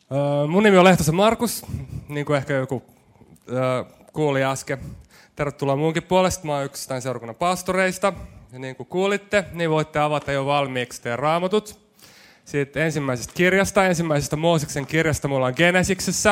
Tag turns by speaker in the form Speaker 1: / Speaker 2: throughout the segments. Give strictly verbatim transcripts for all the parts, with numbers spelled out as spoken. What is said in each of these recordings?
Speaker 1: Mun nimi on Lehtosen Markus, niin kuin ehkä joku kuuli äsken. Tervetuloa muunkin puolesta. Mä oon yksi tämän seurakunnan pastoreista. Ja niin kuin kuulitte, niin voitte avata jo valmiiksi teidän raamatut. Siitä ensimmäisestä kirjasta, ensimmäisestä Mooseksen kirjasta, mulla on Genesiksessä,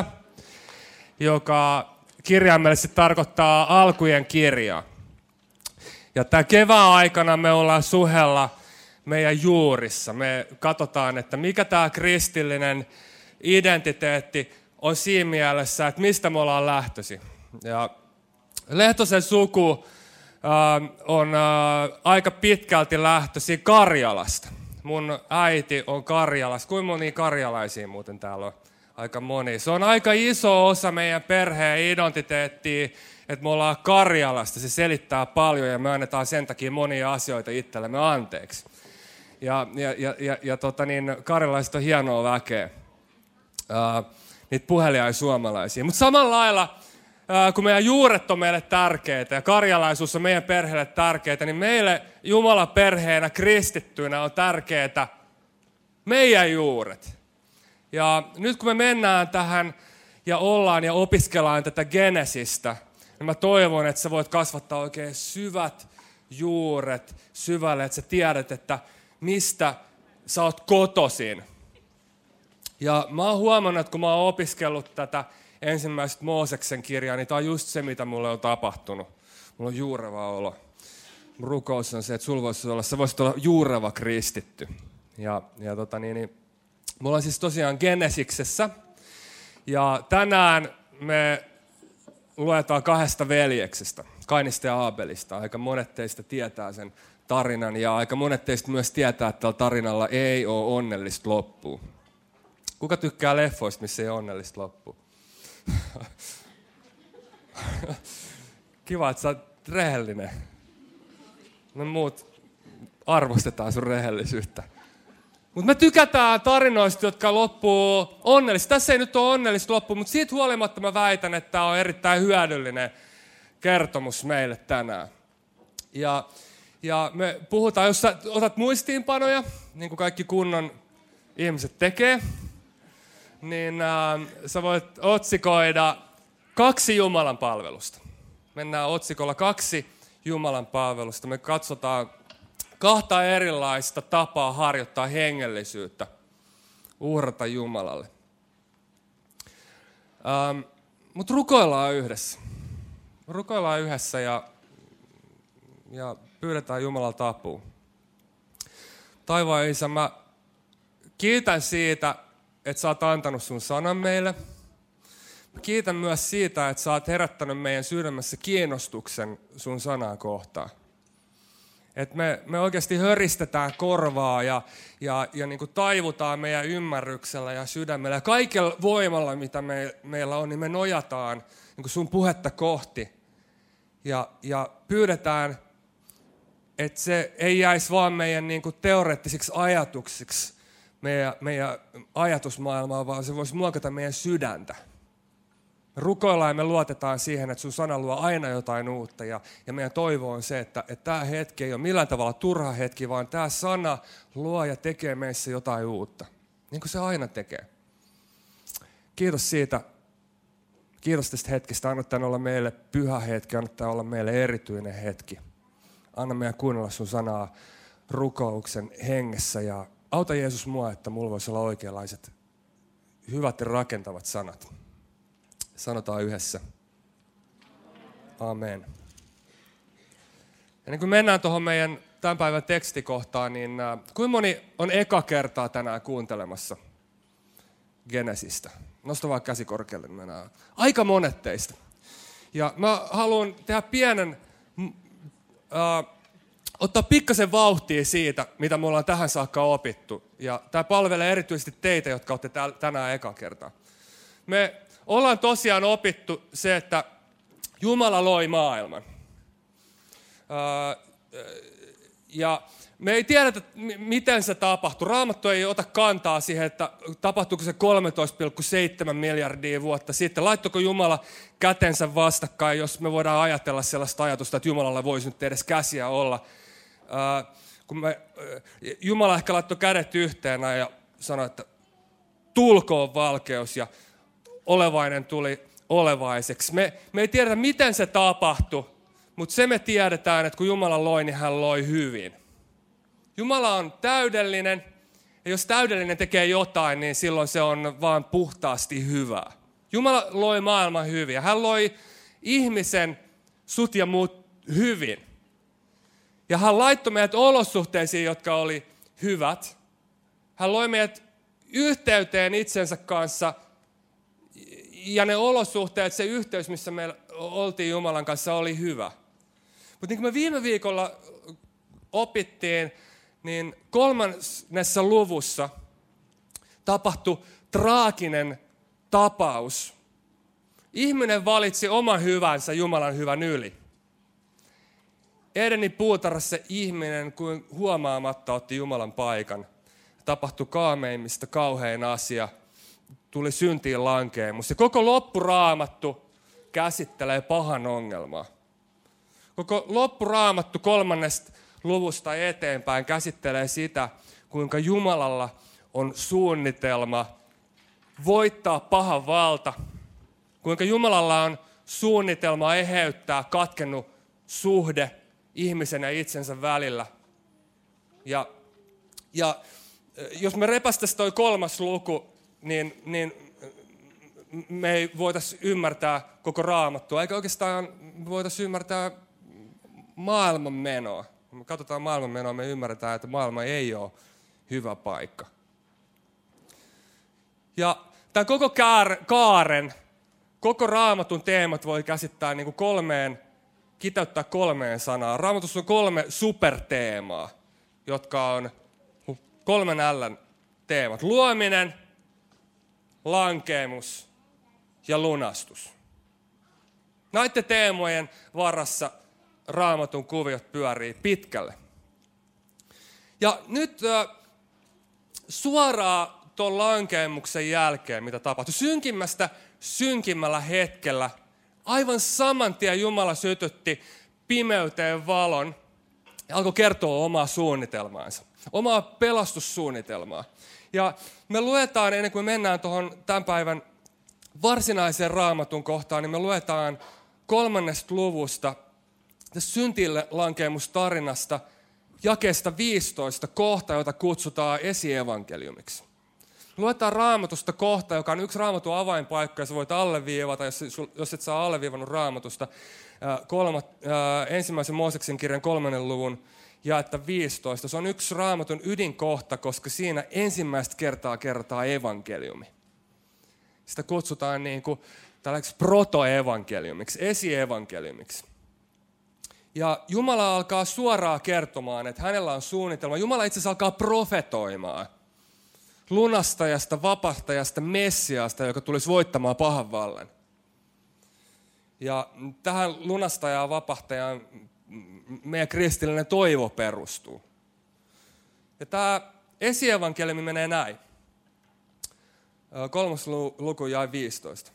Speaker 1: joka kirjaimellisesti tarkoittaa alkujen kirjaa. Ja tämän kevään aikana me ollaan suhella meidän juurissa. Me katsotaan, että mikä tämä kristillinen identiteetti on siinä mielessä, että mistä me ollaan lähtöisin. Ja Lehtosen suku äh, on äh, aika pitkälti lähtöisin Karjalasta. Mun äiti on Karjalasta. Kuinka monia karjalaisia muuten täällä on? Aika moni. Se on aika iso osa meidän perheen identiteettiä, että me ollaan Karjalasta. Se selittää paljon ja me annetaan sen takia monia asioita itsellemme anteeksi. Ja, ja, ja, ja, ja tota niin, karjalaiset on hienoa väkeä. Uh, niitä puheliaisia suomalaisia. Mutta samalla lailla, uh, kun meidän juuret on meille tärkeitä ja karjalaisuus on meidän perheelle tärkeitä, niin meille Jumalan perheenä kristittyinä on tärkeitä meidän juuret. Ja nyt kun me mennään tähän ja ollaan ja opiskellaan tätä Genesistä, niin mä toivon, että sä voit kasvattaa oikein syvät juuret syvälle, että sä tiedät, että mistä sä oot kotoisin. Ja mä oon huomannut, että kun mä oon opiskellut tätä ensimmäistä Mooseksen kirjaa, niin tää on just se, mitä mulle on tapahtunut. Mulla on juureva olo. Mun rukous on se, että sulla voisi olla, sä voisit olla juureva kristitty. Ja, ja tota niin, niin, mulla on siis tosiaan Genesiksessä. Ja tänään me luetaan kahdesta veljeksestä, Kainista ja Aabelista. Aika monet teistä tietää sen tarinan ja aika monet teistä myös tietää, että tällä tarinalla ei ole onnellista loppua. Kuka tykkää leffoista, missä ei ole onnellista loppua? Kiva, että sä oot rehellinen. Me muut arvostetaan sun rehellisyyttä. Mutta me tykätään tarinoista, jotka loppuu onnellisesti. Tässä ei nyt ole onnellista loppua, mutta siitä huolimatta mä väitän, että tämä on erittäin hyödyllinen kertomus meille tänään. Ja, ja me puhutaan, jos sä otat muistiinpanoja, niin kuin kaikki kunnon ihmiset tekee, niin äh, sä voit otsikoida kaksi Jumalan palvelusta. Mennään otsikolla kaksi Jumalan palvelusta. Me katsotaan kahta erilaista tapaa harjoittaa hengellisyyttä, uhrata Jumalalle. Ähm, Mutta rukoillaan yhdessä. Rukoillaan yhdessä ja, ja pyydetään Jumalalta apua. Taivaan Isä, mä kiitän siitä, että sä oot antanut sun sanan meille. Mä kiitän myös siitä, että sä oot herättänyt meidän sydämessä kiinnostuksen sun sanaa kohtaan. Että me, me oikeasti höristetään korvaa ja, ja, ja niin kuin taivutaan meidän ymmärryksellä ja sydämellä. Ja kaikella voimalla, mitä me, meillä on, niin me nojataan niin kuin sun puhetta kohti. Ja, ja pyydetään, että se ei jäisi vaan meidän niin kuin teoreettisiksi ajatuksiksi, meidän, meidän ajatusmaailmaa, vaan se voisi muokata meidän sydäntä. Me rukoillaan ja me luotetaan siihen, että sun sana luo aina jotain uutta. Ja, ja meidän toivo on se, että, että tämä hetki ei ole millään tavalla turha hetki, vaan tämä sana luo ja tekee meissä jotain uutta. Niin kuin se aina tekee. Kiitos siitä. Kiitos tästä hetkestä. Anna tämän olla meille pyhä hetki. Anna tämän olla meille erityinen hetki. Anna meidän kuunnella sun sanaa rukouksen hengessä. Ja auta Jeesus mua, että mulla voisi olla oikeanlaiset hyvät ja rakentavat sanat. Sanotaan yhdessä. Amen. Ja niin kun mennään tuohon meidän tämän päivän tekstikohtaan, niin äh, kuinka moni on eka kertaa tänään kuuntelemassa Genesistä? Nosta vaan käsi korkealle. Niin mennään. Aika monet teistä. Ja mä haluan tehdä pienen, äh, ottaa pikkasen vauhtia siitä, mitä me ollaan tähän saakka opittu. Ja tämä palvelee erityisesti teitä, jotka olette tänään eka kertaa. Me ollaan tosiaan opittu se, että Jumala loi maailman. Ja me ei tiedetä, miten se tapahtui. Raamattu ei ota kantaa siihen, että tapahtuiko se kolmetoista pilkku seitsemän miljardia vuotta sitten. Laittoiko Jumala kätensä vastakkain, jos me voidaan ajatella sellaista ajatusta, että Jumalalla voisi nyt edes käsiä olla. Kun me, Jumala ehkä laittoi kädet yhteen ja sanoi, että tulkoon valkeus ja olevainen tuli olevaiseksi. Me, me ei tiedetä, miten se tapahtui, mutta se me tiedetään, että kun Jumala loi, niin hän loi hyvin. Jumala on täydellinen, ja jos täydellinen tekee jotain, niin silloin se on vaan puhtaasti hyvää. Jumala loi maailman hyvin, ja hän loi ihmisen, sut ja muut hyvin. Ja hän laittoi meidät olosuhteisiin, jotka oli hyvät. Hän loi meidät yhteyteen itsensä kanssa, ja ne olosuhteet, se yhteys, missä me oltiin Jumalan kanssa, oli hyvä. Mutta niin kuin me viime viikolla opittiin, niin kolmannessa luvussa tapahtui traaginen tapaus. Ihminen valitsi oman hyvänsä Jumalan hyvän yli. Edenin puutarhassa ihminen kuin huomaamatta otti Jumalan paikan. Tapahtui kaameimmista kauhein asia. Tuli syntiin lankeemus. Ja koko loppuraamattu käsittelee pahan ongelmaa. Koko loppuraamattu kolmannesta luvusta eteenpäin käsittelee sitä, kuinka Jumalalla on suunnitelma voittaa pahan valta. Kuinka Jumalalla on suunnitelma eheyttää katkennut suhde ihmisen ja itsensä välillä. Ja, ja jos me repästäisiin toi kolmas luku, niin, niin me ei voitaisiin ymmärtää koko raamattua, eikä oikeastaan voitaisiin ymmärtää maailman menoa. Kun me katsotaan maailman menoa, me ymmärretään, että maailma ei ole hyvä paikka. Ja tämän koko kaaren, koko raamatun teemat voi käsittää niin kuin kolmeen, kiteyttää kolmeen sanaan. Raamatussa on kolme superteemaa, jotka on kolmen L:n teemat. Luominen, lankeemus ja lunastus. Näiden teemojen varassa Raamatun kuviot pyörii pitkälle. Ja nyt äh, suoraan tuon lankeemuksen jälkeen, mitä tapahtui, synkimmästä synkimmällä hetkellä, aivan saman tien Jumala sytytti pimeyteen valon ja alkoi kertoa omaa suunnitelmaansa, omaa pelastussuunnitelmaa. Ja me luetaan, ennen kuin mennään tuohon tämän päivän varsinaiseen Raamatun kohtaan, niin me luetaan kolmannesta luvusta syntille lankeemustarinasta jakeesta viisitoista kohta, jota kutsutaan esievankeliumiksi. Luetaan Raamatusta kohta, joka on yksi Raamatun avainpaikka, ja sä voit alleviivata, jos, jos et saa alleviivannut Raamatusta, kolmat, ensimmäisen Mooseksen kirjan kolmannen luvun jaetta viisitoista. Se on yksi Raamatun ydinkohta, koska siinä ensimmäistä kertaa kertaa evankeliumi. Sitä kutsutaan niin kuin tällaiseksi protoevankeliumiksi, esievankeliumiksi. Ja Jumala alkaa suoraan kertomaan, että hänellä on suunnitelma. Jumala itse asiassa alkaa profetoimaan lunastajasta, vapahtajasta, Messiasta, joka tulisi voittamaan pahan vallan. Ja tähän lunastajaan ja vapahtajaan meidän kristillinen toivo perustuu. Ja tämä esievankeliumi menee näin. Kolmas luku jae viisitoista.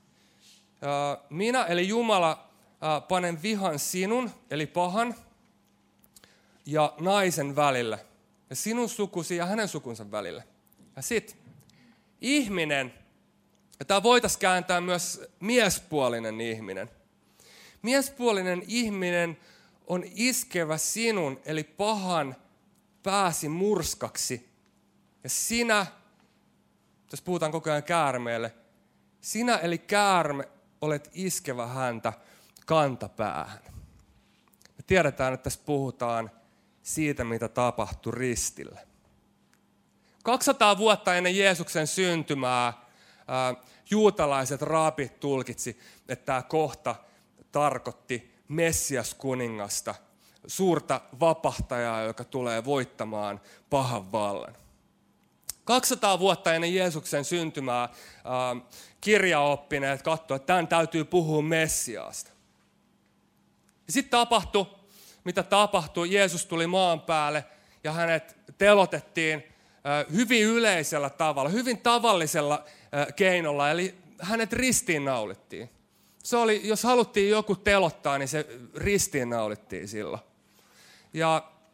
Speaker 1: Minä eli Jumala panen vihan sinun, eli pahan, ja naisen välille. Ja sinun sukusi ja hänen sukunsa välille. Ja sitten ihminen, ja tämä voitaisiin kääntää myös miespuolinen ihminen. Miespuolinen ihminen on iskevä sinun, eli pahan pääsi murskaksi. Ja sinä, tässä puhutaan koko ajan käärmeelle, sinä eli käärme olet iskevä häntä kantapäähän. Me tiedetään, että tässä puhutaan siitä, mitä tapahtui ristillä. kaksisataa vuotta ennen Jeesuksen syntymää ää, juutalaiset raapit tulkitsi, että tämä kohta tarkoitti Messias-kuningasta, suurta vapahtajaa, joka tulee voittamaan pahan vallan. kaksisataa vuotta ennen Jeesuksen syntymää ää, kirjaoppineet katsoivat, että tämän täytyy puhua Messiaasta. Ja sitten tapahtui, mitä tapahtui. Jeesus tuli maan päälle ja hänet telotettiin hyvin yleisellä tavalla, hyvin tavallisella keinolla, eli hänet ristiinnaulittiin. Se oli, jos haluttiin joku telottaa, niin se ristiinnaulittiin silloin. Ja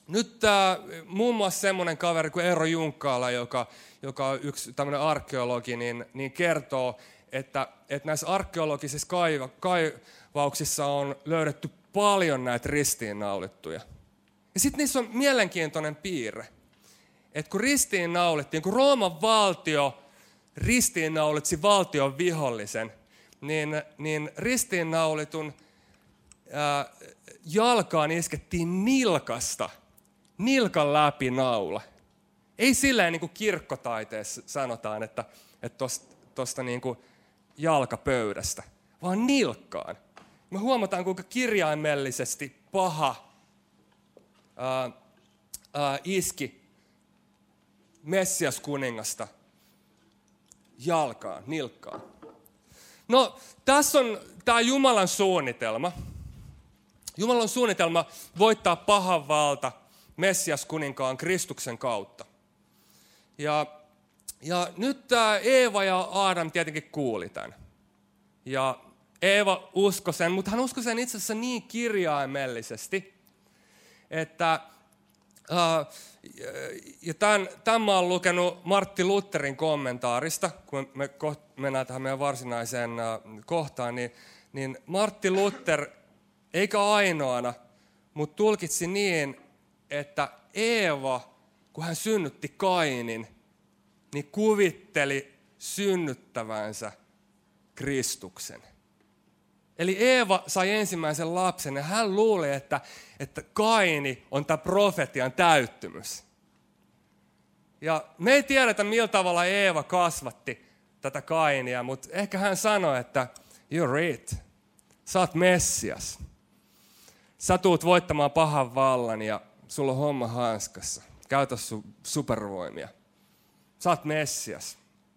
Speaker 1: nyt äh, muun muassa semmoinen kaveri kuin Eero Junkkaala, joka, joka on yksi tämmöinen arkeologi, niin, niin kertoo, että, että näissä arkeologisissa kaiva, kaivauksissa on löydetty paljon näitä ristiinnaulittuja. Ja sitten niissä on mielenkiintoinen piirre, että kun ristiinnaulittiin, kun Rooman valtio ristiinnaulitsi valtion vihollisen, niin, niin ristiinnaulitun ää, jalkaan iskettiin nilkasta, nilkan läpi naula. Ei silleen niin kuin kirkkotaiteessa sanotaan, että tuosta niin kuin jalkapöydästä, vaan nilkkaan. Me huomataan, kuinka kirjaimellisesti paha ää, ää, iski Messias kuningasta jalkaan, nilkkaan. No, tässä on tämä Jumalan suunnitelma. Jumalan suunnitelma voittaa pahan valta Messias kuninkaan Kristuksen kautta. Ja, ja nyt tämä Eeva ja Aadam tietenkin kuuli tämän. Ja Eeva uskoi sen, mutta hän uskoi sen itse asiassa niin kirjaimellisesti, että Uh, ja tämän, tämän mä olen lukenut Martti Lutherin kommentaarista, kun me koht, mennään tähän meidän varsinaiseen uh, kohtaan, niin, niin Martti Luther, eikä ainoana, mutta tulkitsi niin, että Eeva, kun hän synnytti Kainin, niin kuvitteli synnyttävänsä Kristuksen. Eli Eeva sai ensimmäisen lapsen ja hän luuli, että, että Kaini on tämä profetian täyttymys. Ja me ei tiedetä, millä tavalla Eeva kasvatti tätä Kainia, mutta ehkä hän sanoi, että you're it. Sä oot Messias. Sä tuut voittamaan pahan vallan ja sulla on homma hanskassa. Käytä sun supervoimia. Sä oot Messias.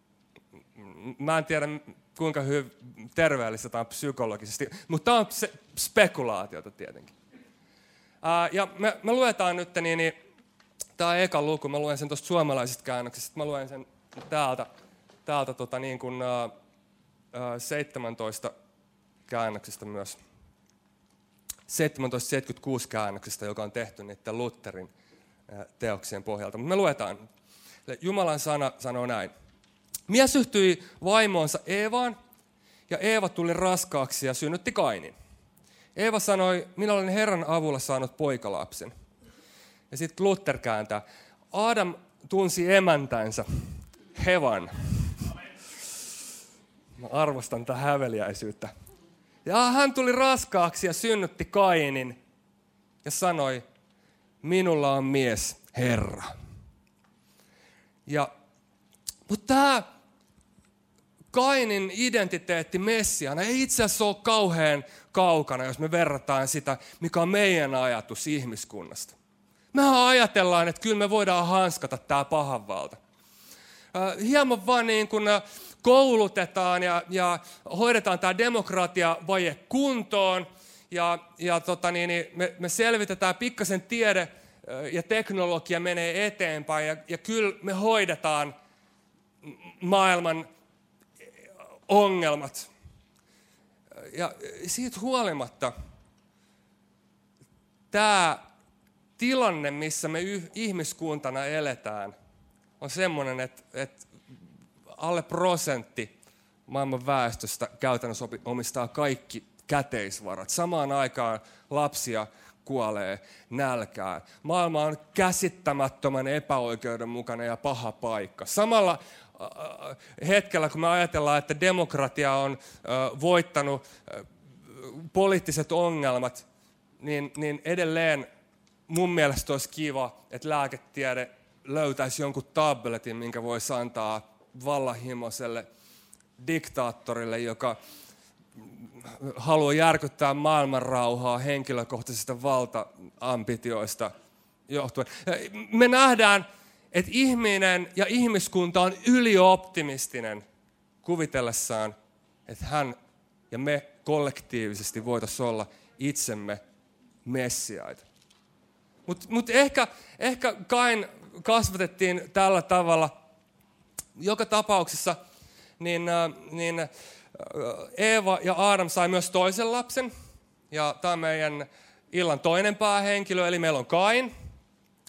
Speaker 1: Mä en tiedä, kuinka hyvin terveellistä tämä on psykologisesti, mutta tämä on se spekulaatiota tietenkin. Ää, ja me, me luetaan nyt, niin, niin tämä on eka luku, mä luen sen tuosta suomalaisesta käännöksestä, mä luen sen täältä, täältä tota, niin kuin, ää, ää, seitsemäntoista käännöksestä myös. seitsemäntoista seitsemänkymmentäkuusi käännöksestä, joka on tehty niiden Lutherin ää, teoksien pohjalta. Mutta me luetaan. Jumalan sana sanoo näin. Mies yhtyi vaimoonsa Eevaan, ja Eeva tuli raskaaksi ja synnytti Kainin. Eeva sanoi, minä olen Herran avulla saanut poikalapsen. Ja sitten Luther kääntää. Adam tunsi emäntänsä, Hevan. Mä arvostan tätä häveliäisyyttä. Ja hän tuli raskaaksi ja synnytti Kainin ja sanoi, minulla on mies, Herra. Ja, mutta tämä Kainin identiteetti Messiana ei itse asiassa ole kauhean kaukana, jos me verrataan sitä, mikä on meidän ajatus ihmiskunnasta. Mehän ajatellaan, että kyllä me voidaan hanskata tämä pahan valta. Hieman vaan niin kuin koulutetaan ja, ja hoidetaan tämä demokratiavaje kuntoon ja, ja tota niin, me, me selvitetään pikkasen tiede ja teknologia menee eteenpäin ja, ja kyllä me hoidetaan maailman ongelmat. Ja siitä huolimatta tämä tilanne, missä me ihmiskuntana eletään, on semmoinen, että, että alle prosentti maailman väestöstä käytännössä omistaa kaikki käteisvarat. Samaan aikaan lapsia kuolee nälkään. Maailma on käsittämättömän epäoikeudenmukainen ja paha paikka. Samalla hetkellä, kun me ajatellaan, että demokratia on voittanut poliittiset ongelmat, niin, niin edelleen mun mielestä olisi kiva, että lääketiede löytäisi jonkun tabletin, minkä voisi antaa vallanhimoiselle diktaattorille, joka haluaa järkyttää maailmanrauhaa henkilökohtaisista valta-ambitioista johtuen. Me nähdään, että ihminen ja ihmiskunta on ylioptimistinen kuvitellessaan, että hän ja me kollektiivisesti voitaisiin olla itsemme messiaita. Mutta mut ehkä, ehkä Kain kasvatettiin tällä tavalla. Joka tapauksessa niin, niin Eeva ja Aadam sai myös toisen lapsen. Ja tämä on meidän illan toinen päähenkilö, eli meillä on Kain.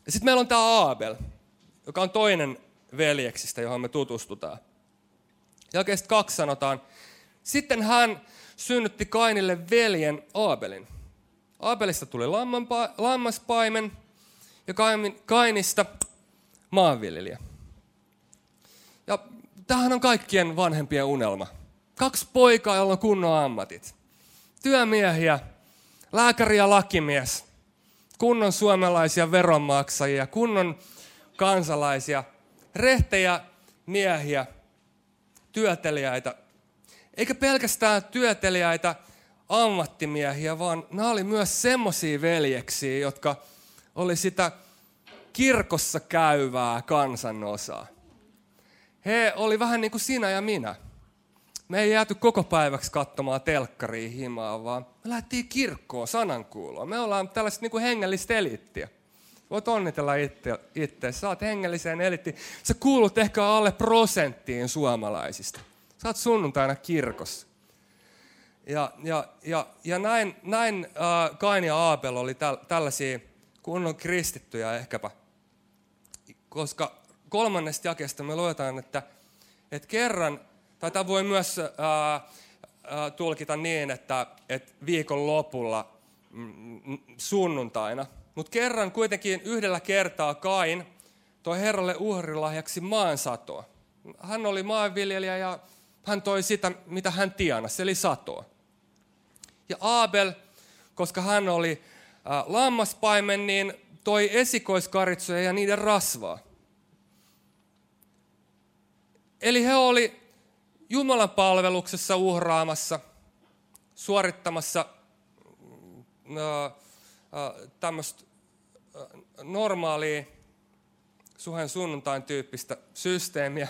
Speaker 1: Ja sitten meillä on tämä Aabel, joka on toinen veljeksistä, johon me tutustutaan. Jakeesta kaksi sanotaan, sitten hän synnytti Kainille veljen Aabelin. Aabelista tuli lammaspaimen ja Kainista maanviljelijä. Ja tämähän on kaikkien vanhempien unelma. Kaksi poikaa, joilla on kunnon ammatit. Työmiehiä, lääkäri ja lakimies, kunnon suomalaisia veronmaksajia, kunnon kansalaisia, rehtejä miehiä, työteliäitä. Eikä pelkästään työteliäitä ammattimiehiä, vaan nämä oli myös semmoisia veljeksiä, jotka oli sitä kirkossa käyvää kansanosaa. He oli vähän niin kuin sinä ja minä. Me ei jääty koko päiväksi katsomaan telkkaria himaa, vaan me lähdettiin kirkkoon sanankuuloon. Me ollaan tällaista niin kuin hengellistä eliittiä. Voit onnitella itse, itse. Sä oot hengelliseen elittiin. Sä kuulut ehkä alle prosenttiin suomalaisista. Sä oot sunnuntaina kirkossa. Ja, ja, ja, ja näin, näin äh, Kain ja Aabel oli täl, tällaisia kunnon kristittyjä ehkäpä. Koska kolmannesta jakeesta me luetaan, että, että kerran, tai tämä voi myös ää, ää, tulkita niin, että, että viikon lopulla mm, sunnuntaina, mutta kerran kuitenkin yhdellä kertaa Kain toi Herralle uhrilahjaksi maansatoa. Hän oli maanviljelijä ja hän toi sitä, mitä hän tienasi, eli satoa. Ja Aabel, koska hän oli ää, lammaspaimen, niin toi esikoiskaritsoja ja niiden rasvaa. Eli he oli Jumalan palveluksessa uhraamassa, suorittamassa äh, äh, tämmöistä äh, normaalia suhen sunnuntain tyyppistä systeemiä.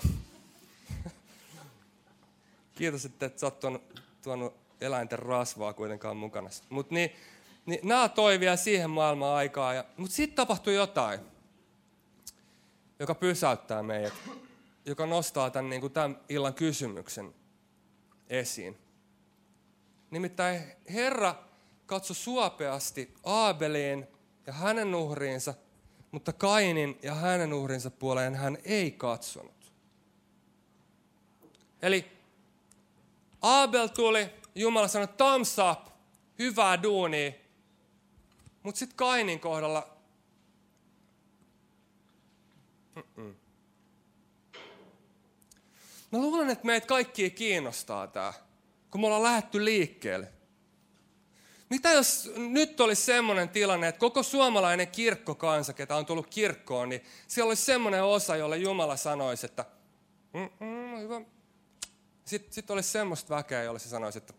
Speaker 1: Kiitos, että et sä oot tuonut, tuonut eläinten rasvaa kuitenkaan mukana. Mutta niin, niin, nämä toi vielä siihen maailman aikaa. Mutta sitten tapahtui jotain, joka pysäyttää meidät. Joka nostaa tämän, niin kuin tämän illan kysymyksen esiin. Nimittäin Herra katsoi suopeasti Aabeliin ja hänen uhriinsa, mutta Kainin ja hänen uhrinsa puoleen hän ei katsonut. Eli Aabel tuli, Jumala sanoi, thumbs up, hyvää duunia, mutta sitten Kainin kohdalla Mm-mm. Mä luulen, että meitä kaikkia kiinnostaa tämä, kun me ollaan lähdetty liikkeelle. Mitä jos nyt olisi semmoinen tilanne, että koko suomalainen kirkkokansa, ketä on tullut kirkkoon, niin siellä olisi semmoinen osa, jolle Jumala sanoisi, että mm, hyvä. Sitten, sitten olisi semmoista väkeä, jolle se sanoisi, että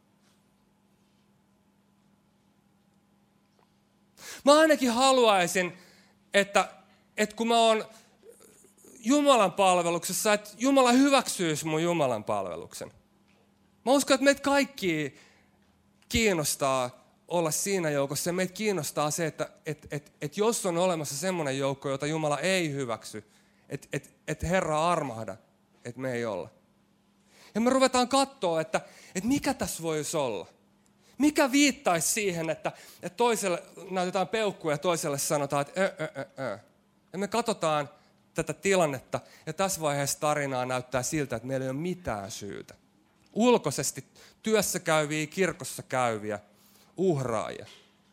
Speaker 1: mä ainakin haluaisin, että, että kun mä oon Jumalan palveluksessa, että Jumala hyväksyisi mun Jumalan palveluksen. Mä uskon, että meitä kaikki kiinnostaa olla siinä joukossa. Ja meitä kiinnostaa se, että et, et, et jos on olemassa semmoinen joukko, jota Jumala ei hyväksy, että et, et Herra armahda, että me ei olla. Ja me ruvetaan katsoa, että et mikä tässä voisi olla. Mikä viittaisi siihen, että et toiselle näytetään peukkua ja toiselle sanotaan, että ö, ö, ö, ö. Ja me katsotaan tätä tilannetta, ja tässä vaiheessa tarinaa näyttää siltä, että meillä ei ole mitään syytä. Ulkoisesti työssä käyviä, kirkossa käyviä, uhraajia.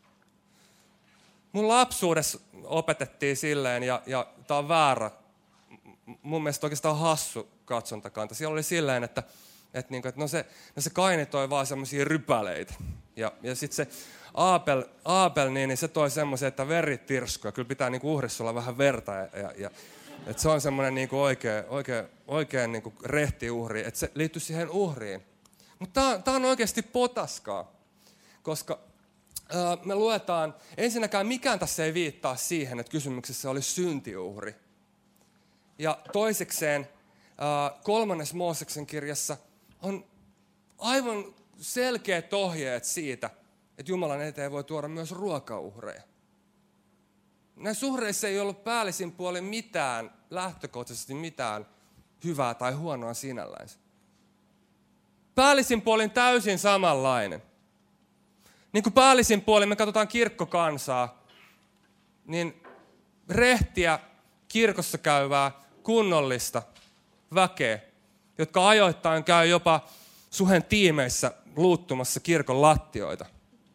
Speaker 1: Mun lapsuudessa opetettiin silleen, ja, ja tämä on väärä, mun mielestä oikeastaan hassu katsontakanta. Siellä oli silleen, että, että, niinku, että no, se, no se Kaini toi vaan semmoisia rypäleitä. Ja, ja sitten se Aabel, Aabel niin, niin se toi semmoisen, että veri tirskuu. Kyllä pitää niinku uhrissa olla vähän verta. Ja, ja, ja, että se on semmoinen niinku oikein, oikein, oikein niinku rehti uhri. Että se liittyy siihen uhriin. Mutta tämä on oikeasti potaskaa. Koska ää, me luetaan, ensinnäkään mikään tässä ei viittaa siihen, että kysymyksessä olisi syntiuhri. Ja toisekseen ää, kolmannes Mooseksen kirjassa on aivan selkeät ohjeet siitä, että Jumalan eteen voi tuoda myös ruokauhreja. Näissä uhreissa ei ollut päällisin puolin mitään, lähtökohtaisesti mitään hyvää tai huonoa sinällänsä. Päällisin puolin täysin samanlainen. Niin kuin päällisin puolin me katsotaan kirkkokansaa, niin rehtiä kirkossa käyvää kunnollista väkeä, jotka ajoittain käy jopa Suhen tiimeissä luuttumassa kirkon lattioita.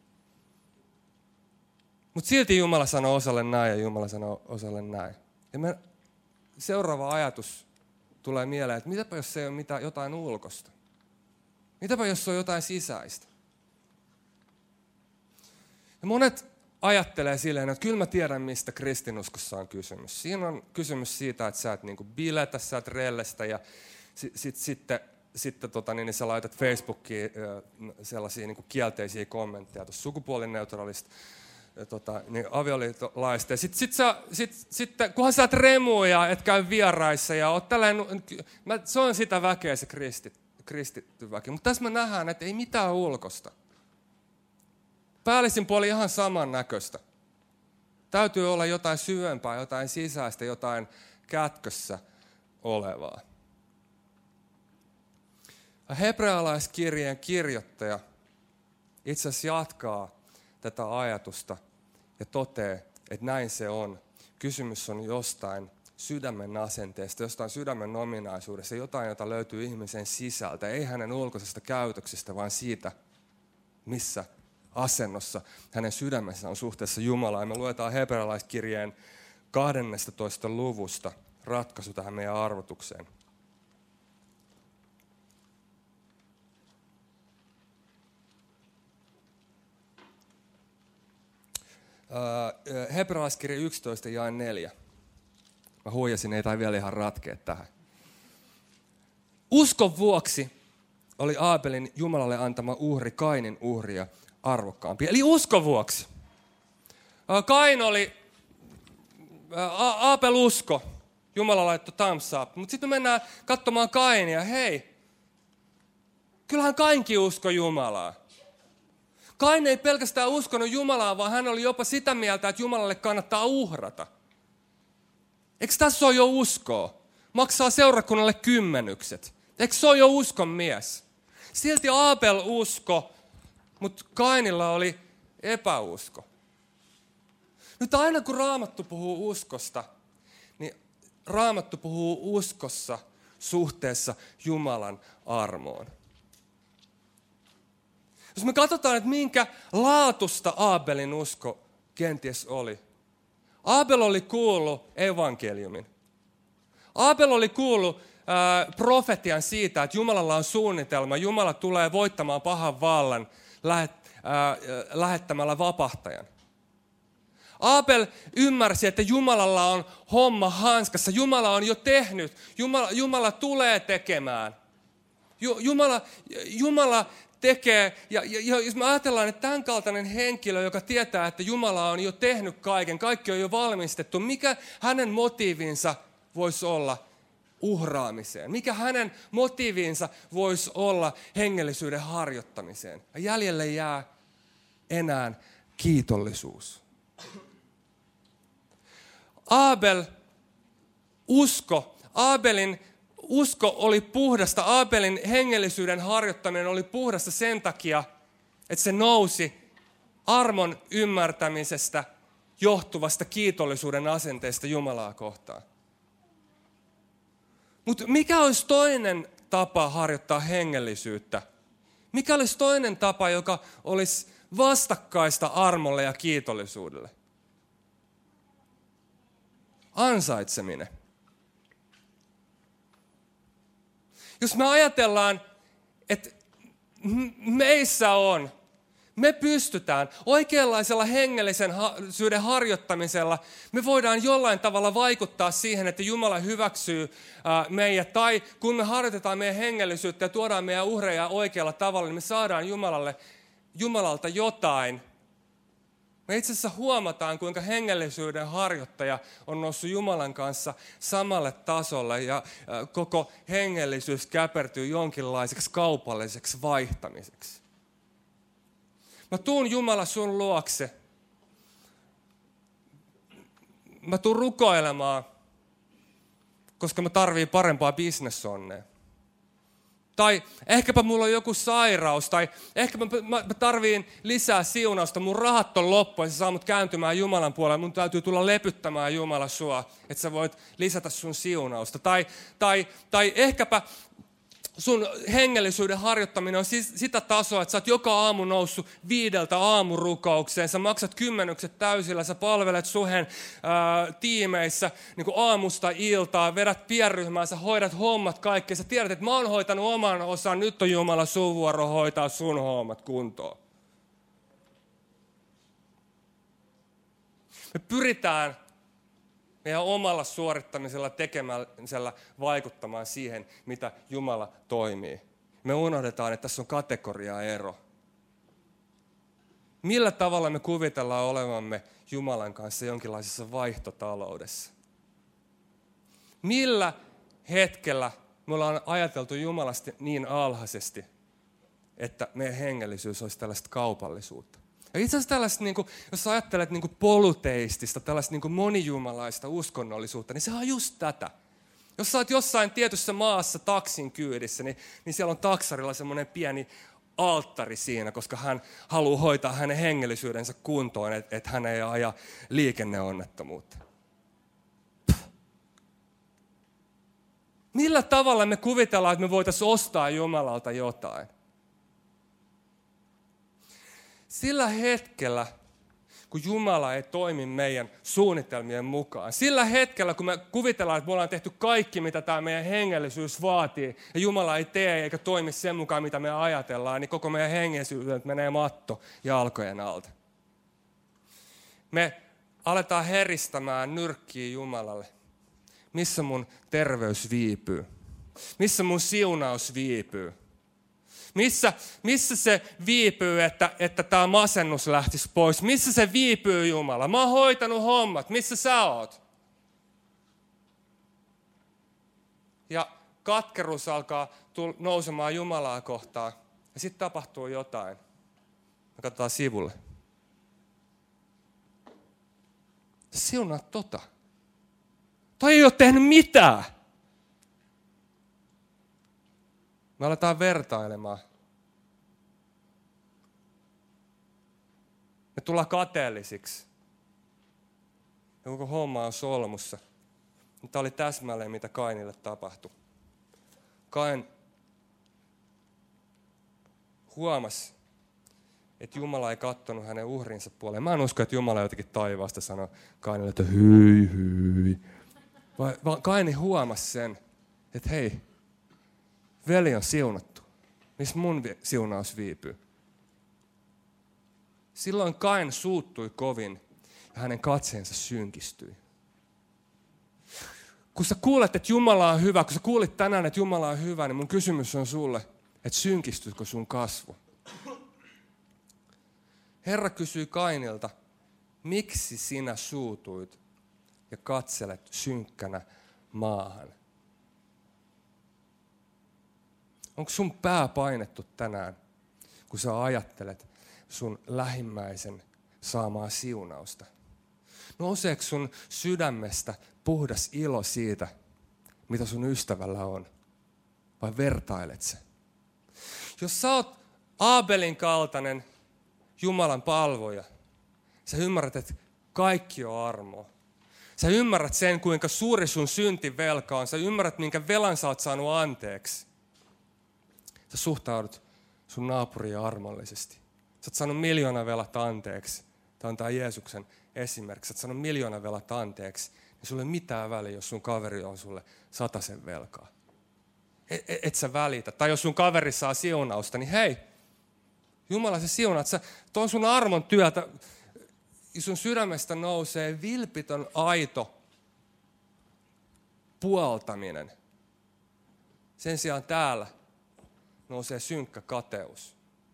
Speaker 1: Mutta silti Jumala sanoo osalle näin ja Jumala sanoo osalle näin. Ja me, seuraava ajatus tulee mieleen, että mitäpä jos se ei ole mitään, jotain ulkosta? Mitäpä jos se on jotain sisäistä? Ja monet ajattelee silleen, että kyllä mä tiedän, mistä kristinuskossa on kysymys. Siinä on kysymys siitä, että sä et niinku biletä, sä et rellestä ja sit, sit, sitten, sitten tota, niin, niin sä laitat Facebookiin sellaisia niinku kielteisiä kommentteja tuossa sukupuolineutraalista tota, niin avioliitolaista. Sitten sit sit, sit, kunhan sä et remuu ja et käy vieraissa ja oot tällainen, mä, se on sitä väkeä se kristit, kristitty väki. Mutta tässä me nähdään, että ei mitään ulkosta. Päällisin puoli ihan samannäköistä. Täytyy olla jotain syvempää, jotain sisäistä, jotain kätkössä olevaa. Hebrealaiskirjeen kirjoittaja itse asiassa jatkaa tätä ajatusta ja toteaa, että näin se on. Kysymys on jostain sydämen asenteesta, jostain sydämen ominaisuudesta, jotain, jota löytyy ihmisen sisältä, ei hänen ulkoisesta käytöksestä, vaan siitä, missä asennossa hänen sydämessä on suhteessa Jumalaan. Me luetaan hebrealaiskirjeen kahdennestatoista luvusta ratkaisu tähän meidän arvotukseen. Uh, hebrealaiskirja yksitoista jae neljä. Mä huijasin, ei tai vielä ihan ratkea tähän. Uskon vuoksi oli Aabelin Jumalalle antama uhri Kainin uhria arvokkaampi. Eli uskon vuoksi. Kain oli, Aabel usko, Jumala laittoi thumbs up. Mutta sitten me mennään katsomaan Kainia. Hei, kyllähän Kainkin usko Jumalaa. Kain ei pelkästään uskonut Jumalaa, vaan hän oli jopa sitä mieltä, että Jumalalle kannattaa uhrata. Eikö tässä ole jo uskoa? Maksaa seurakunnalle kymmenykset. Eikö se ole jo uskon mies? Silti Aabel usko, mutta Kainilla oli epäusko. Nyt aina kun Raamattu puhuu uskosta, niin Raamattu puhuu uskossa suhteessa Jumalan armoon. Jos me katsotaan, että minkä laatusta Aabelin usko kenties oli. Aabel oli kuullut evankeliumin. Aabel oli kuullut äh, profetian siitä, että Jumalalla on suunnitelma. Jumala tulee voittamaan pahan vallan lähet, äh, lähettämällä vapahtajan. Aabel ymmärsi, että Jumalalla on homma hanskassa. Jumala on jo tehnyt. Jumala, Jumala tulee tekemään. Jumala, Jumala tekee, ja, ja jos me ajatellaan, että tämän kaltainen henkilö, joka tietää, että Jumala on jo tehnyt kaiken, kaikki on jo valmistettu, mikä hänen motiivinsa voisi olla uhraamiseen? Mikä hänen motiivinsa voisi olla hengellisyyden harjoittamiseen? Ja jäljelle jää enää kiitollisuus. Aabel usko, Aabelin usko oli puhdasta. Aabelin hengellisyyden harjoittaminen oli puhdasta sen takia, että se nousi armon ymmärtämisestä johtuvasta kiitollisuuden asenteesta Jumalaa kohtaan. Mutta mikä olisi toinen tapa harjoittaa hengellisyyttä? Mikä olisi toinen tapa, joka olisi vastakkaista armolle ja kiitollisuudelle? Ansaitseminen. Jos me ajatellaan, että meissä on, me pystytään oikeanlaisella hengellisyyden harjoittamisella, me voidaan jollain tavalla vaikuttaa siihen, että Jumala hyväksyy meidät. Tai kun me harjoitetaan meidän hengellisyyttä ja tuodaan meidän uhreja oikealla tavalla, niin me saadaan Jumalalle, Jumalalta jotain. Me itse asiassa huomataan, kuinka hengellisyyden harjoittaja on noussut Jumalan kanssa samalle tasolle ja koko hengellisyys käpertyy jonkinlaiseksi kaupalliseksi vaihtamiseksi. Mä tuun Jumala sun luokse. Mä tuun rukoilemaan, koska mä tarviin parempaa bisnesonnea. Tai ehkäpä mulla on joku sairaus, tai ehkä mä, mä, mä tarviin lisää siunausta, mun rahat on loppu ja se saa mut kääntymään Jumalan puolelle. Mun täytyy tulla lepyttämään Jumala sua, että sä voit lisätä sun siunausta. Tai, tai, tai ehkäpä sun hengellisyyden harjoittaminen on siis sitä tasoa, että sä oot joka aamu noussut viideltä aamurukoukseen. Sä maksat kymmenykset täysillä, sä palvelet suhen ää, tiimeissä niin kuin aamusta iltaa, vedät pienryhmää, sä hoidat hommat kaikki. Sä tiedät, että mä oon hoitanut oman osan, nyt on Jumala sun vuoro hoitaa sun hommat kuntoon. Me pyritään meidän omalla suorittamisella, tekemisellä vaikuttamaan siihen, mitä Jumala toimii. Me unohdetaan, että tässä on kategoriaero. Millä tavalla me kuvitellaan olevamme Jumalan kanssa jonkinlaisessa vaihtotaloudessa? Millä hetkellä me ollaan ajateltu Jumalasta niin alhaisesti, että meidän hengellisyys olisi tällaista kaupallisuutta? Ja itse asiassa tällaista, niin kuin, jos sä ajattelet niin kuin poluteistista, tällaista niin kuin monijumalaista uskonnollisuutta, niin se on just tätä. Jos sä oot jossain tietyssä maassa taksin kyydissä, niin, niin siellä on taksarilla semmoinen pieni alttari siinä, koska hän haluaa hoitaa hänen hengellisyydensä kuntoon, että et hän ei aja liikenneonnettomuutta. Millä tavalla me kuvitellaan, että me voitaisiin ostaa Jumalalta jotain? Sillä hetkellä, kun Jumala ei toimi meidän suunnitelmien mukaan. Sillä hetkellä, kun me kuvitellaan, että me ollaan tehty kaikki, mitä tämä meidän hengellisyys vaatii, ja Jumala ei tee eikä toimi sen mukaan, mitä me ajatellaan, niin koko meidän hengellisyys menee matto jalkojen alta. Me aletaan heristämään nyrkkiä Jumalalle. Missä mun terveys viipyy? Missä mun siunaus viipyy? Missä, missä se viipyy, että, että tämä masennus lähtisi pois? Missä se viipyy, Jumala? Mä oon hoitanut hommat. Missä sä oot? Ja katkeruus alkaa nousemaan Jumalaa kohtaan. Ja sitten tapahtuu jotain. Me katsotaan sivulle. Siunaa tota. Toi ei ole tehnyt mitään. Me aletaan vertailemaan. Me tullaan kateellisiksi. Ja koko homma on solmussa. Tämä oli täsmälleen, mitä Kainille tapahtui. Kain huomasi, että Jumala ei katsonut hänen uhrinsa puoleen. Mä en usko, että Jumala jotenkin taivaasta sanoi Kainille, että hyi, hyi. Vaan Kaini huomasi sen, että hei, veli on siunattu. Missä mun siunaus viipyy? Silloin Kain suuttui kovin ja hänen katseensa synkistyi. Kun sä kuulet, että Jumala on hyvä, kun sä kuulit tänään, että Jumala on hyvä, niin mun kysymys on sulle, että synkistytkö sun kasvu? Herra kysyi Kainilta, miksi sinä suutuit ja katselet synkkänä maahan? Onko sun pää painettu tänään, kun sä ajattelet sun lähimmäisen saamaa siunausta? Nouseeko sun sydämestä puhdas ilo siitä, mitä sun ystävällä on? Vai vertailet se? Jos sä oot Aabelin kaltainen Jumalan palvoja, sä ymmärrät, että kaikki on armoa. Sä ymmärrät sen, kuinka suuri sun syntivelka on. Sä ymmärrät, minkä velan sä oot saanut anteeksi. Sä suhtaudut sun naapuriin armollisesti. Sä oot saanut miljoona velat anteeksi. Tämä on tämä Jeesuksen esimerkki. Sä oot saanut miljoona velat anteeksi. Niin sulla ei ole mitään väliä, jos sun kaveri on sulle satasen velkaa. Et, et, et sä välitä. Tai jos sun kaveri saa siunausta, niin hei, Jumala se siunaa. Sä, tuon sun armon työtä, sun sydämestä nousee vilpitön aito puoltaminen. Sen sijaan täällä nousee synkkä kateus.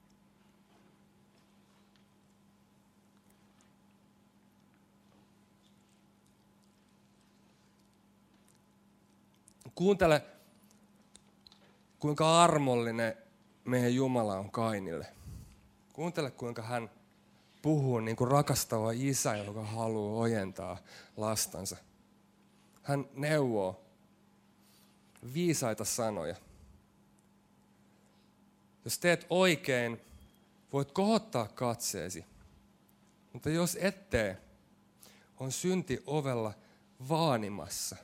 Speaker 1: Kuuntele, kuinka armollinen meidän Jumala on Kainille. Kuuntele, kuinka hän puhuu niin kuin rakastava isä, joka haluaa ojentaa lastansa. Hän neuvoo viisaita sanoja. Jos teet oikein, voit kohottaa katseesi. Mutta jos et tee, on synti ovella vaanimassa.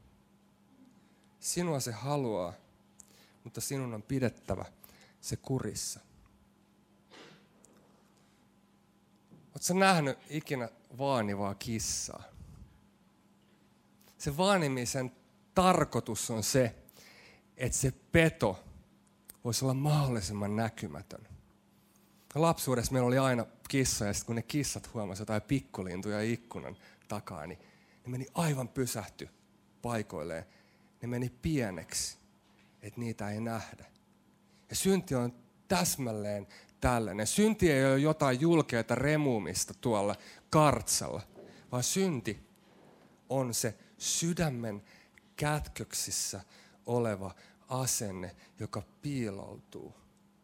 Speaker 1: Sinua se haluaa, mutta sinun on pidettävä se kurissa. Oletko sä nähnyt ikinä vaanivaa kissaa? Se vaanimisen tarkoitus on se, että se peto voisi olla mahdollisimman näkymätön. Lapsuudessa meillä oli aina kissa, ja sitten kun ne kissat huomasivat jotain pikkulintuja ikkunan takaa, niin ne meni aivan pysähty paikoilleen. Ne meni pieneksi, että niitä ei nähdä. Ja synti on täsmälleen tällainen. Synti ei ole jotain julkeaa remuumista tuolla kartsalla, vaan synti on se sydämen kätköksissä oleva asenne, joka piiloutuu.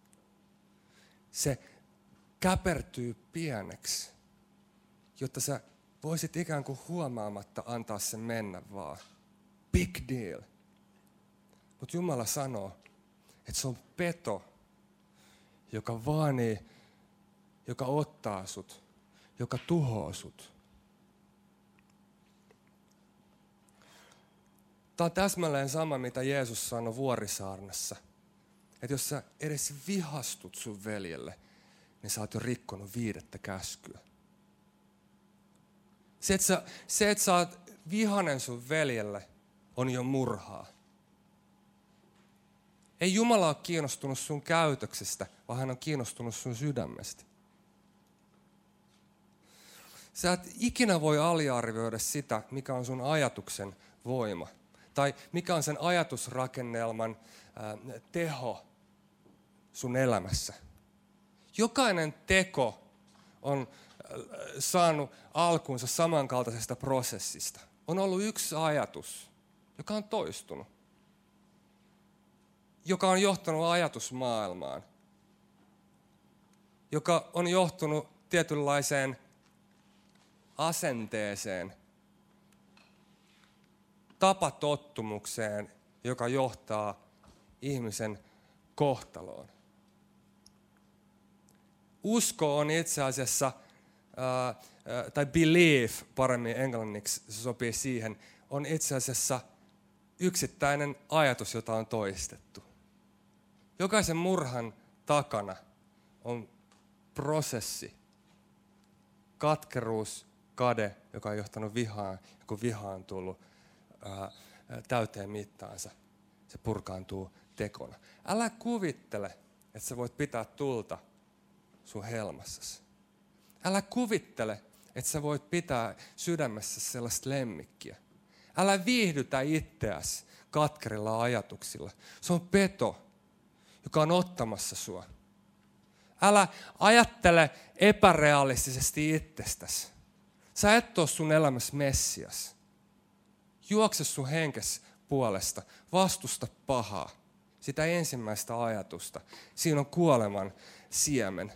Speaker 1: Se käpertyy pieneksi, jotta sä voisit ikään kuin huomaamatta antaa sen mennä vaan. Big deal. Mutta Jumala sanoo, että se on peto, joka vaanii, joka ottaa sut, joka tuhoaa sut. Tämä on täsmälleen sama, mitä Jeesus sanoi Vuorisaarnassa. Että jos sä edes vihastut sun veljelle, niin sä oot jo rikkonut viidettä käskyä. Se, että sä, se, että sä oot vihanen sun veljelle, on jo murhaa. Ei Jumala ole kiinnostunut sun käytöksestä, vaan hän on kiinnostunut sun sydämestä. Sä et ikinä voi aliarvioida sitä, mikä on sun ajatuksen voima. Tai mikä on sen ajatusrakennelman ää, teho sun elämässä. Jokainen teko on ää, saanut alkuunsa samankaltaisesta prosessista. On ollut yksi ajatus, joka on toistunut. Joka on johtanut ajatusmaailmaan. Joka on johtunut tietynlaiseen asenteeseen, tapatottumukseen, joka johtaa ihmisen kohtaloon. Usko on itse asiassa, ää, ää, tai belief paremmin englanniksi se sopii siihen, on itse asiassa yksittäinen ajatus, jota on toistettu. Jokaisen murhan takana on prosessi, katkeruus, kade, joka on johtanut vihaan, ja kun viha on tullut ää, täyteen mittaansa, se purkaantuu tekona. Älä kuvittele, että sä voit pitää tulta sun helmassasi. Älä kuvittele, että sä voit pitää sydämessä sellaista lemmikkiä. Älä viihdytä itseäsi katkerilla ajatuksilla. Se on peto, joka on ottamassa sua. Älä ajattele epärealistisesti itsestäsi. Sä et ole sun elämässä Messias. Juokse sun henkes puolesta. Vastusta pahaa. Sitä ensimmäistä ajatusta. Siinä on kuoleman siemen.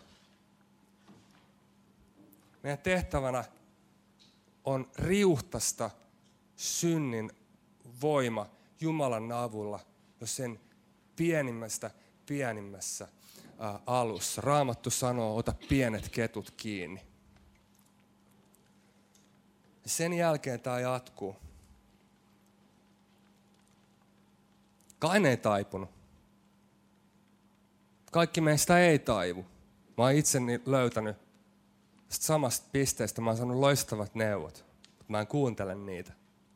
Speaker 1: Meidän tehtävänä on riuhtasta synnin voima Jumalan avulla, jos sen pienimmästä pienimmässä ää, alussa. Raamattu sanoo, ota pienet ketut kiinni. Sen jälkeen tämä jatkuu. Kain ei taipunut. Kaikki meistä ei taivu. Mä oon itseni löytänyt samasta pisteestä. Mä oon saanut loistavat neuvot, mutta mä en kuuntele niitä.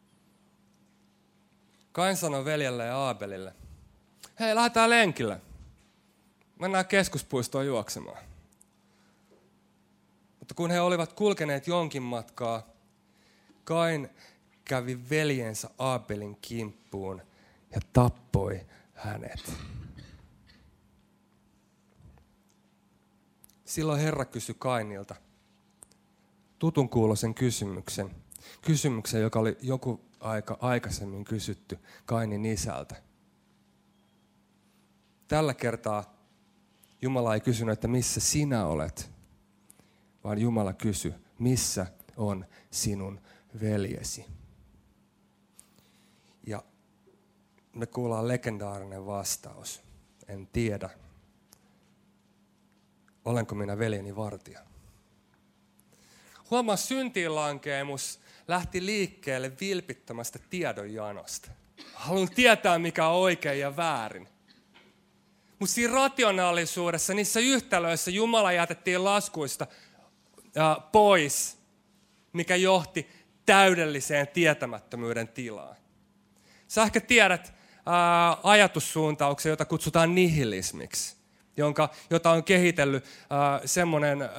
Speaker 1: Kain sanoi veljelle ja Aabelille, hei, lähdetään lenkille. Mennään keskuspuistoon juoksemaan. Mutta kun he olivat kulkeneet jonkin matkaa, Kain kävi veljensä Aabelin kimppuun ja tappoi hänet. Silloin Herra kysyi Kainilta tutun kuuloisen kysymyksen. Kysymyksen, joka oli joku aika aikaisemmin kysytty Kainin isältä. Tällä kertaa Jumala ei kysynyt, että missä sinä olet, vaan Jumala kysyi, missä on sinun veljesi. Ja me kuullaan legendaarinen vastaus. En tiedä, olenko minä veljeni vartija. Huomaa, syntiinlankeemus lähti liikkeelle vilpittömästä tiedonjanosta. Haluan tietää, mikä on oikein ja väärin. Mutta siinä rationaalisuudessa, niissä yhtälöissä Jumala jätettiin laskuista ää, pois, mikä johti täydelliseen tietämättömyyden tilaan. Sä ehkä tiedät ää, ajatussuuntauksen, jota kutsutaan nihilismiksi, jonka, jota on kehitellyt ää, semmoinen ää,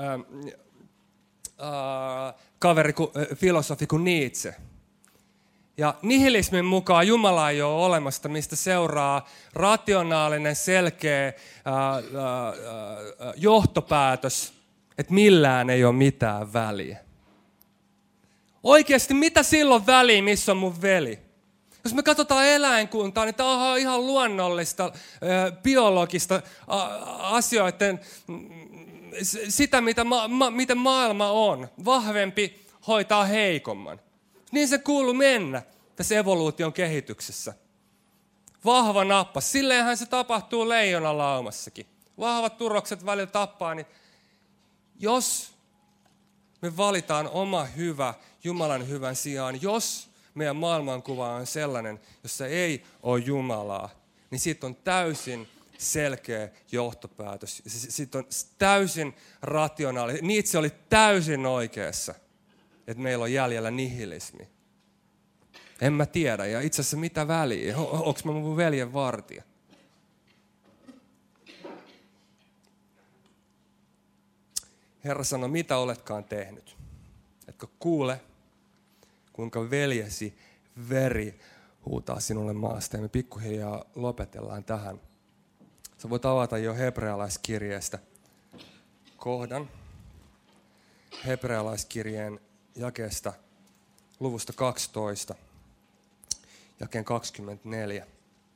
Speaker 1: ää, kaveri, ku, ää, filosofi kuin Nietzsche. Ja nihilismin mukaan Jumala ei ole olemasta, mistä seuraa rationaalinen, selkeä ää, ää, johtopäätös, että millään ei ole mitään väliä. Oikeasti, mitä silloin väliä, missä on mun veli? Jos me katsotaan eläinkuntaa, niin tämä on ihan luonnollista, ää, biologista aa, asioiden, sitä mitä ma, ma, miten maailma on. Vahvempi hoitaa heikomman. Niin se kuuluu mennä tässä evoluution kehityksessä. Vahva nappas. Silleenhän se tapahtuu leijonalaumassakin. Vahvat turokset välillä tappaa, niin jos me valitaan oma hyvä Jumalan hyvän sijaan, jos meidän maailmankuva on sellainen, jossa ei ole Jumalaa, niin siitä on täysin selkeä johtopäätös. Siitä on täysin rationaalinen. Nietzsche oli täysin oikeassa, että meillä on jäljellä nihilismi. En mä tiedä. Ja itse asiassa mitä väliä? Onko mä mun veljen vartija? Herra sanoi, mitä oletkaan tehnyt? Etkö kuule, kuinka veljesi veri huutaa sinulle maasta. Ja me pikkuhiljaa lopetellaan tähän. Sä voit avata jo hebrealaiskirjeestä kohdan. Hebrealaiskirjeen jakeesta luvusta kaksitoista, jakeen kaksikymmentäneljä.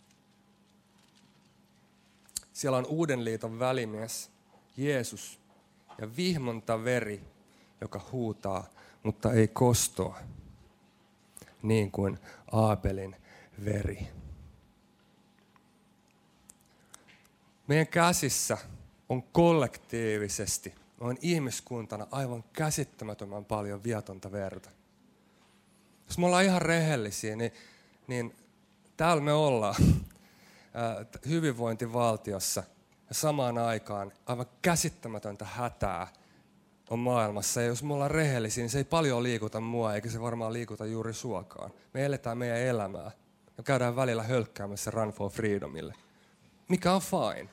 Speaker 1: Siellä on uuden liiton välimies, Jeesus, ja vihmonta veri, joka huutaa, mutta ei kostoa, niin kuin Aabelin veri. Meidän käsissä on kollektiivisesti, on ihmiskuntana aivan käsittämättömän paljon vietonta verta. Jos me ollaan ihan rehellisiä, niin, niin täällä me ollaan hyvinvointivaltiossa ja samaan aikaan aivan käsittämätöntä hätää on maailmassa. Ja jos me ollaan rehellisiä, niin se ei paljon liikuta mua, eikä se varmaan liikuta juuri suokaan. Me eletään meidän elämää ja käydään välillä hölkkäämässä Run for Freedomille, mikä on fine.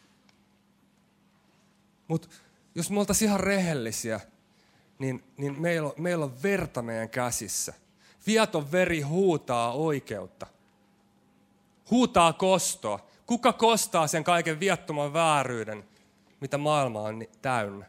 Speaker 1: Mutta jos me oltaisiin ihan rehellisiä, niin, niin meillä, on, meillä on verta meidän käsissä. Vieton veri huutaa oikeutta. Huutaa kostoa. Kuka kostaa sen kaiken viattoman vääryyden, mitä maailma on täynnä?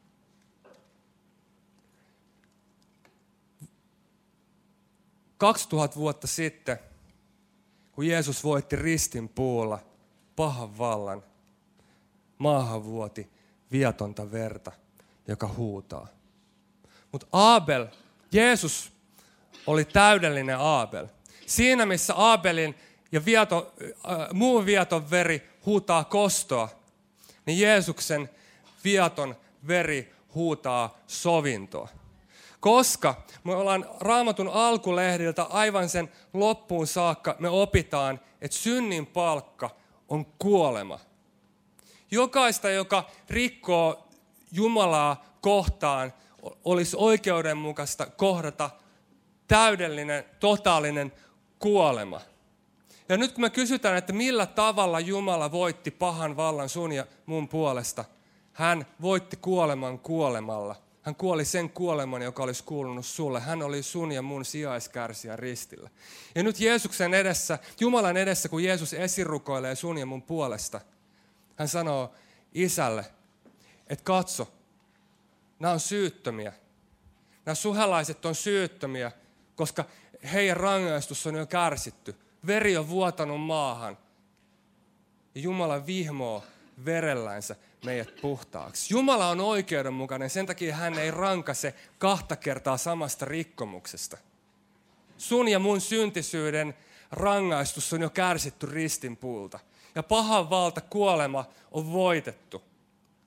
Speaker 1: Kaksituhatta vuotta sitten, kun Jeesus voitti ristin puulla pahan vallan, maahan vuoti vietonta verta, joka huutaa. Mutta Aabel, Jeesus oli täydellinen Aabel. Siinä missä Aabelin ja vieto, äh, muun vieton veri huutaa kostoa, niin Jeesuksen vieton veri huutaa sovintoa. Koska me ollaan Raamatun alkulehdiltä aivan sen loppuun saakka, me opitaan, että synnin palkka on kuolema. Jokaista, joka rikkoo Jumalaa kohtaan, olisi oikeudenmukaista kohdata täydellinen, totaalinen kuolema. Ja nyt kun me kysytään, että millä tavalla Jumala voitti pahan vallan sun ja mun puolesta, hän voitti kuoleman kuolemalla. Hän kuoli sen kuoleman, joka olisi kuulunut sulle. Hän oli sun ja mun sijaiskärsijä ristillä. Ja nyt Jeesuksen edessä, Jumalan edessä, kun Jeesus esirukoilee sun ja mun puolesta, hän sanoo isälle, että katso, nämä on syyttömiä. Nämä suhelaiset on syyttömiä, koska heidän rangaistus on jo kärsitty. Veri on vuotanut maahan. Ja Jumala vihmoo verellänsä meidät puhtaaksi. Jumala on oikeudenmukainen, sen takia hän ei rankase kahta kertaa samasta rikkomuksesta. Sun ja mun syntisyyden rangaistus on jo kärsitty ristin puulta. Ja pahan valta, kuolema on voitettu.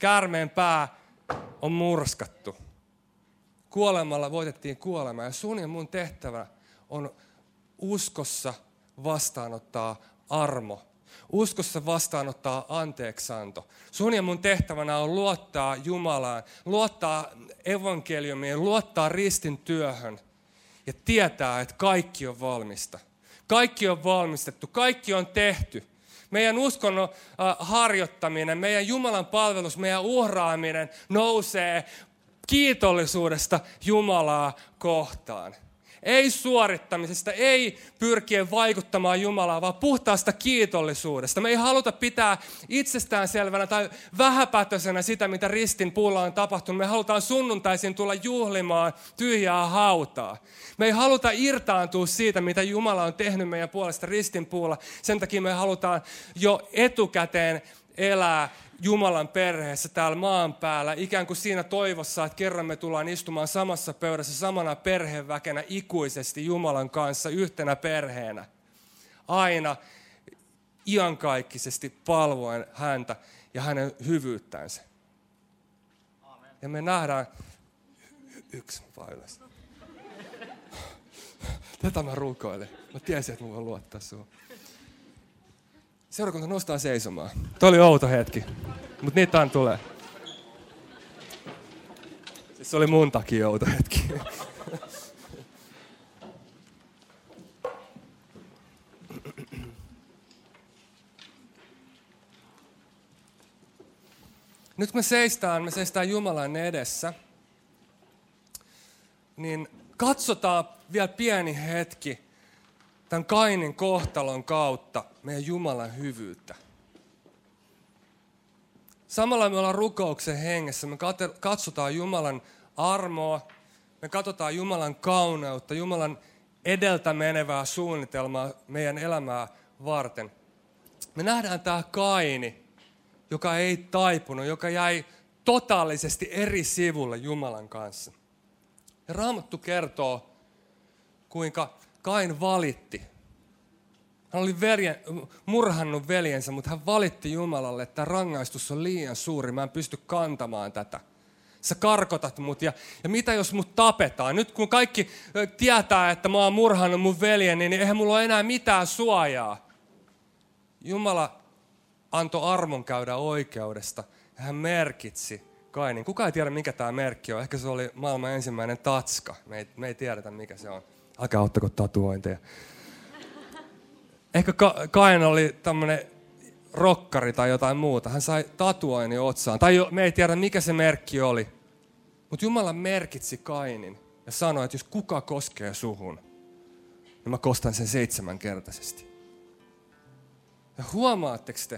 Speaker 1: Käärmeen pää on murskattu. Kuolemalla voitettiin kuolema ja sun ja mun tehtävä on uskossa vastaanottaa armo. Uskossa vastaanottaa anteeksianto. Sun ja mun tehtävänä on luottaa Jumalaan, luottaa evankeliumiin, luottaa ristin työhön ja tietää, että kaikki on valmista. Kaikki on valmistettu, kaikki on tehty. Meidän uskonnon harjoittaminen, meidän Jumalan palvelus, meidän uhraaminen nousee kiitollisuudesta Jumalaa kohtaan. Ei suorittamisesta, ei pyrkien vaikuttamaan Jumalaa, vaan puhtaasta kiitollisuudesta. Me ei haluta pitää itsestäänselvänä tai vähäpätöisenä sitä, mitä ristin puulla on tapahtunut. Me halutaan sunnuntaisin tulla juhlimaan tyhjää hautaa. Me ei haluta irtaantua siitä, mitä Jumala on tehnyt meidän puolesta ristin puulla. Sen takia me halutaan jo etukäteen elää Jumalan perheessä täällä maan päällä, ikään kuin siinä toivossa, että kerran me tullaan istumaan samassa pöydässä samana perheväkenä ikuisesti Jumalan kanssa yhtenä perheenä. Aina iankaikkisesti palvoen häntä ja hänen hyvyyttänsä. Amen. Ja me nähdään yksi vaillas. Tätä mä rukoilen. Mä tiesin, että mä voin luottaa suhun. Seurakunta nostaa seisomaan. Tuo oli outo hetki, mutta niitä aina tulee. Siis se oli mun takia outo hetki. Nyt me seistään, me seistään Jumalan edessä, niin katsotaan vielä pieni hetki tämän Kainin kohtalon kautta meidän Jumalan hyvyyttä. Samalla me ollaan rukouksen hengessä, me katsotaan Jumalan armoa, me katsotaan Jumalan kauneutta, Jumalan edeltä menevää suunnitelmaa meidän elämää varten. Me nähdään tämä Kaini, joka ei taipunut, joka jäi totaalisesti eri sivulle Jumalan kanssa. Ja Raamattu kertoo, kuinka Kain valitti. Hän oli veljen, murhannut veljensä, mutta hän valitti Jumalalle, että rangaistus on liian suuri, mä en pysty kantamaan tätä. Sä karkotat mut ja, ja mitä jos mut tapetaan? Nyt kun kaikki tietää, että mä oon murhannut mun veljen, niin eihän mulla ole enää mitään suojaa. Jumala antoi armon käydä oikeudesta ja hän merkitsi Kainin. Kukaan ei tiedä, mikä tämä merkki on. Ehkä se oli maailman ensimmäinen tatska. Me ei, me ei tiedetä, mikä se on. Älkää ottako tatuointeja. Ehkä Ka- Kain oli tämmöinen rokkari tai jotain muuta. Hän sai tatuoinnin otsaan. Tai jo, me ei tiedä, mikä se merkki oli. Mutta Jumala merkitsi Kainin ja sanoi, että jos kuka koskee suhun, niin mä kostan sen seitsemänkertaisesti. Ja huomaatteko te,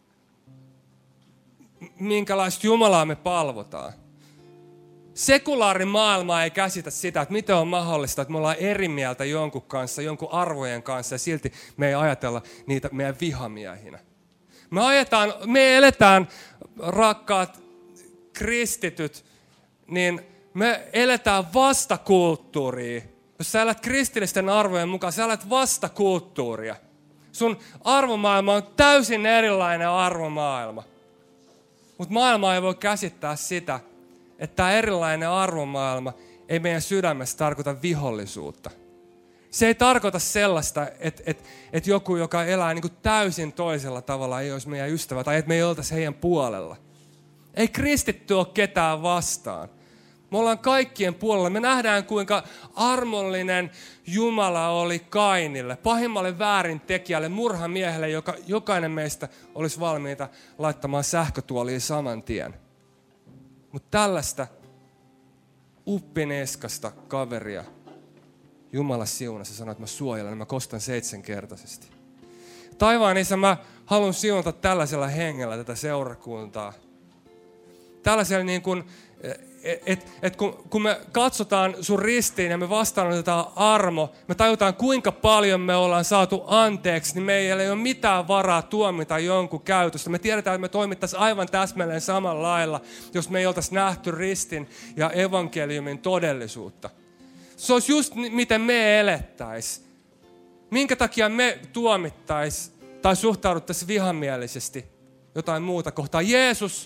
Speaker 1: minkälaista Jumalaa me palvotaan? Sekulaari maailma ei käsitä sitä, että miten on mahdollista, että me ollaan eri mieltä jonkun kanssa, jonkun arvojen kanssa ja silti me ei ajatella niitä meidän vihamiehinä. Me, ajetaan, me eletään, rakkaat kristityt, niin me eletään vastakulttuuria. Jos sä elät kristillisten arvojen mukaan, sä elät vastakulttuuria. Sun arvomaailma on täysin erilainen arvomaailma. Mutta maailma ei voi käsittää sitä, että tämä erilainen arvomaailma ei meidän sydämessä tarkoita vihollisuutta. Se ei tarkoita sellaista, että, että, että joku, joka elää niin kuin täysin toisella tavalla, ei olisi meidän ystävä tai että me ei oltaisi heidän puolella. Ei kristitty ole ketään vastaan. Me ollaan kaikkien puolella. Me nähdään, kuinka armollinen Jumala oli Kainille, pahimmalle väärintekijälle, murhamiehelle, joka jokainen meistä olisi valmiita laittamaan sähkötuoliin saman tien. Mutta tällaista uppineskasta kaveria Jumala siunasi ja sanoi, että mä suojelen, mä kostan seitsemänkertaisesti. Taivaan Isä, mä haluan siunata tällaisella hengellä tätä seurakuntaa. Tällaisella niin kuin, että et kun, kun me katsotaan sun ristiin ja me vastaanotetaan armo, me tajutaan kuinka paljon me ollaan saatu anteeksi, niin meillä ei ole mitään varaa tuomita jonkun käytöstä. Me tiedetään, että me toimittaisiin aivan täsmälleen samalla lailla, jos me ei oltaisi nähty ristin ja evankeliumin todellisuutta. Se olisi just miten me elettäisiin. Minkä takia me tuomittaisiin tai suhtauduttaisiin vihamielisesti jotain muuta kohtaa. Jeesus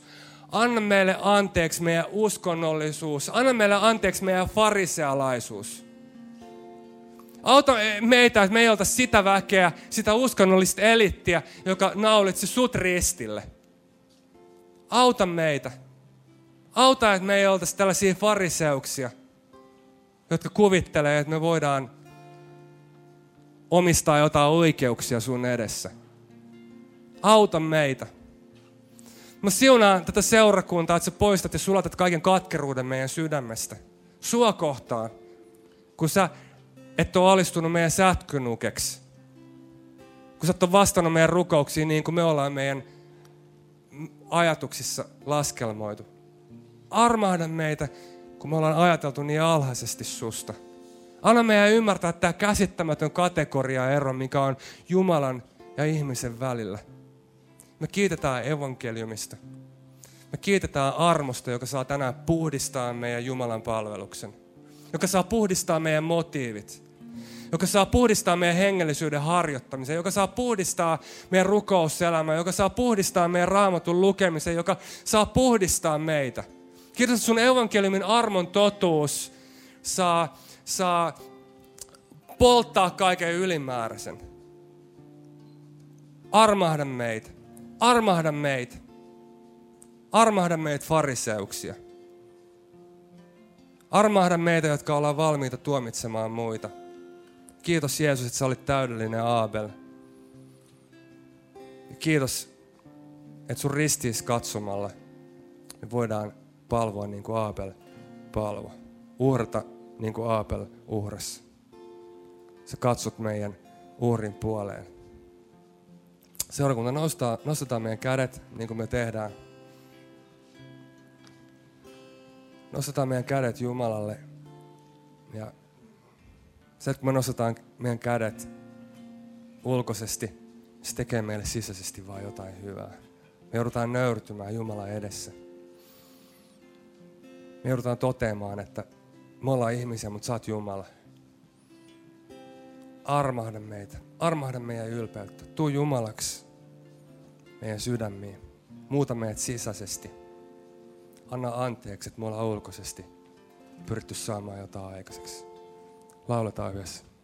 Speaker 1: Anna meille anteeksi meidän uskonnollisuus. Anna meille anteeksi meidän farisealaisuus. Auta meitä, että me ei oltaisi sitä väkeä, sitä uskonnollista elittiä, joka naulitsi sut ristille. Auta meitä. Auta, että me ei oltaisi tällaisia fariseuksia, jotka kuvittelee, että me voidaan omistaa jotain oikeuksia sun edessä. Auta meitä. Mä siunaan tätä seurakuntaa, että sä poistat ja sulatat kaiken katkeruuden meidän sydämestä. Sua kohtaan, kun sä et ole alistunut meidän sätkynukeksi. Kun sä et ole vastannut meidän rukouksiin niin kuin me ollaan meidän ajatuksissa laskelmoitu. Armahda meitä, kun me ollaan ajateltu niin alhaisesti susta. Anna meidän ymmärtää tämä käsittämätön kategoria ero, mikä on Jumalan ja ihmisen välillä. Me kiitetään evankeliumista. Me kiitetään armosta, joka saa tänään puhdistaa meidän Jumalan palveluksen. Joka saa puhdistaa meidän motiivit. Joka saa puhdistaa meidän hengellisyyden harjoittamisen. Joka saa puhdistaa meidän rukouselämää. Joka saa puhdistaa meidän raamatun lukemisen. Joka saa puhdistaa meitä. Kiitos, että sun evankeliumin armon totuus saa, saa polttaa kaiken ylimääräisen. Armahda meitä. Armahda meitä. Armahda meitä fariseuksia. Armahda meitä, jotka ollaan valmiita tuomitsemaan muita. Kiitos Jeesus, että sä olit täydellinen Aabel. Ja kiitos, että sun ristiis katsomalla me voidaan palvoa niin kuin Aabel palvo. Uhrata niin kuin Aabel uhrasi. Sä katsot meidän uhrin puoleen. Seurakunta nostaa, nostetaan meidän kädet niin kuin me tehdään. Nostetaan meidän kädet Jumalalle. Ja se, että kun me nostetaan meidän kädet ulkoisesti, se tekee meille sisäisesti vaan jotain hyvää. Me joudutaan nöyrtymään Jumalan edessä. Me joudutaan toteamaan, että me ollaan ihmisiä, mutta sä oot Jumala. Armahda meitä. Armahda meidän ylpeyttä. Tuu Jumalaksi meidän sydämiin. Muuta meidät sisäisesti. Anna anteeksi, että me ollaan ulkoisesti pyritty saamaan jotain aikaiseksi. Lauletaan yhdessä.